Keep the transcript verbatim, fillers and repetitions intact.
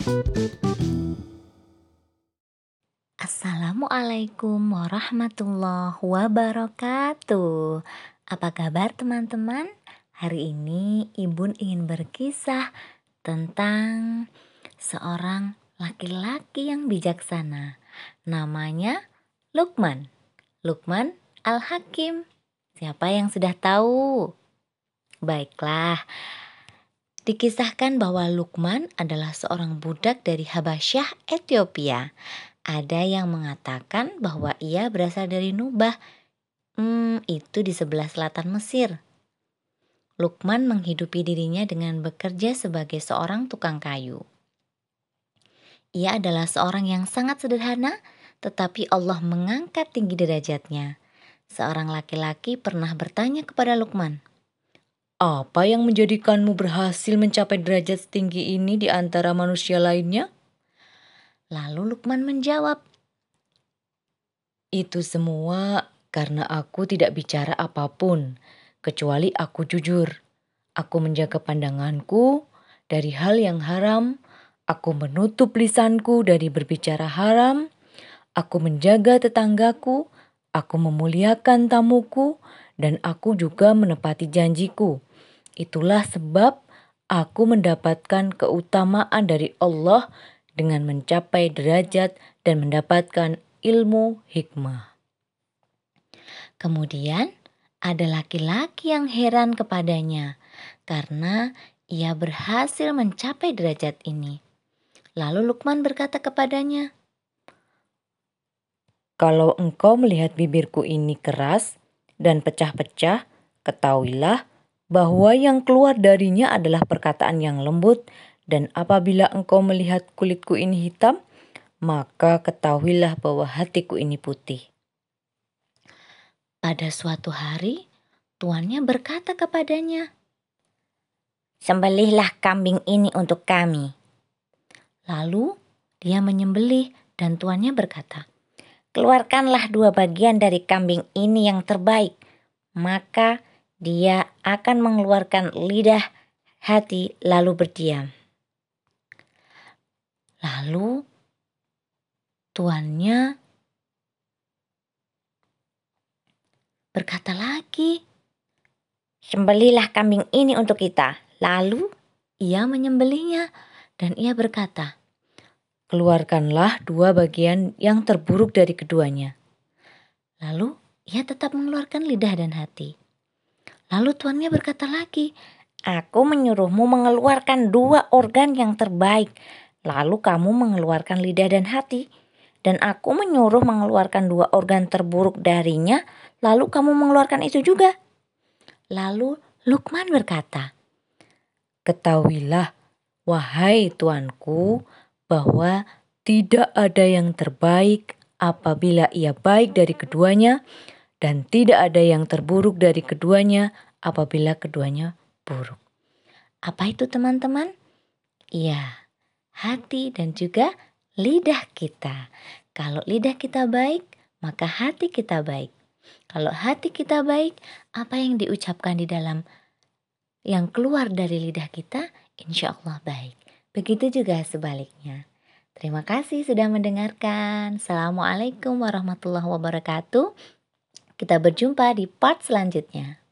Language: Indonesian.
Assalamualaikum warahmatullahi wabarakatuh. Apa kabar teman-teman? Hari ini Ibu ingin berkisah tentang seorang laki-laki yang bijaksana. Namanya Luqman. Luqman Al-Hakim. Siapa yang sudah tahu? Baiklah. Dikisahkan bahwa Luqman adalah seorang budak dari Habasyah, Ethiopia. Ada yang mengatakan bahwa ia berasal dari Nubah, hmm, itu di sebelah selatan Mesir. Luqman menghidupi dirinya dengan bekerja sebagai seorang tukang kayu. Ia adalah seorang yang sangat sederhana, tetapi Allah mengangkat tinggi derajatnya. Seorang laki-laki pernah bertanya kepada Luqman, "Apa yang menjadikanmu berhasil mencapai derajat setinggi ini di antara manusia lainnya?" Lalu Luqman menjawab, "Itu semua karena aku tidak bicara apapun, kecuali aku jujur. Aku menjaga pandanganku dari hal yang haram, aku menutup lisanku dari berbicara haram, aku menjaga tetanggaku, aku memuliakan tamuku, dan aku juga menepati janjiku. Itulah sebab aku mendapatkan keutamaan dari Allah dengan mencapai derajat dan mendapatkan ilmu hikmah." Kemudian ada laki-laki yang heran kepadanya karena ia berhasil mencapai derajat ini. Lalu Luqman berkata kepadanya, "Kalau engkau melihat bibirku ini keras dan pecah-pecah, ketahuilah bahwa yang keluar darinya adalah perkataan yang lembut, dan apabila engkau melihat kulitku ini hitam, maka ketahuilah bahwa hatiku ini putih." Pada suatu hari, tuannya berkata kepadanya, "Sembelihlah kambing ini untuk kami." Lalu dia menyembelih dan tuannya berkata, "Keluarkanlah dua bagian dari kambing ini yang terbaik." Maka dia akan mengeluarkan lidah, hati, lalu berdiam. Lalu tuannya berkata lagi, "Sembelihlah kambing ini untuk kita." Lalu ia menyembelihnya dan ia berkata, "Keluarkanlah dua bagian yang terburuk dari keduanya." Lalu ia tetap mengeluarkan lidah dan hati. Lalu tuannya berkata lagi, "Aku menyuruhmu mengeluarkan dua organ yang terbaik, lalu kamu mengeluarkan lidah dan hati. Dan aku menyuruh mengeluarkan dua organ terburuk darinya, lalu kamu mengeluarkan itu juga." Lalu Luqman berkata, "Ketahuilah, wahai tuanku, bahwa tidak ada yang terbaik apabila ia baik dari keduanya, dan tidak ada yang terburuk dari keduanya apabila keduanya buruk." Apa itu teman-teman? Iya, hati dan juga lidah kita. Kalau lidah kita baik, maka hati kita baik. Kalau hati kita baik, apa yang diucapkan di dalam, yang keluar dari lidah kita, insya Allah baik. Begitu juga sebaliknya. Terima kasih sudah mendengarkan. Assalamualaikum warahmatullahi wabarakatuh. Kita berjumpa di part selanjutnya.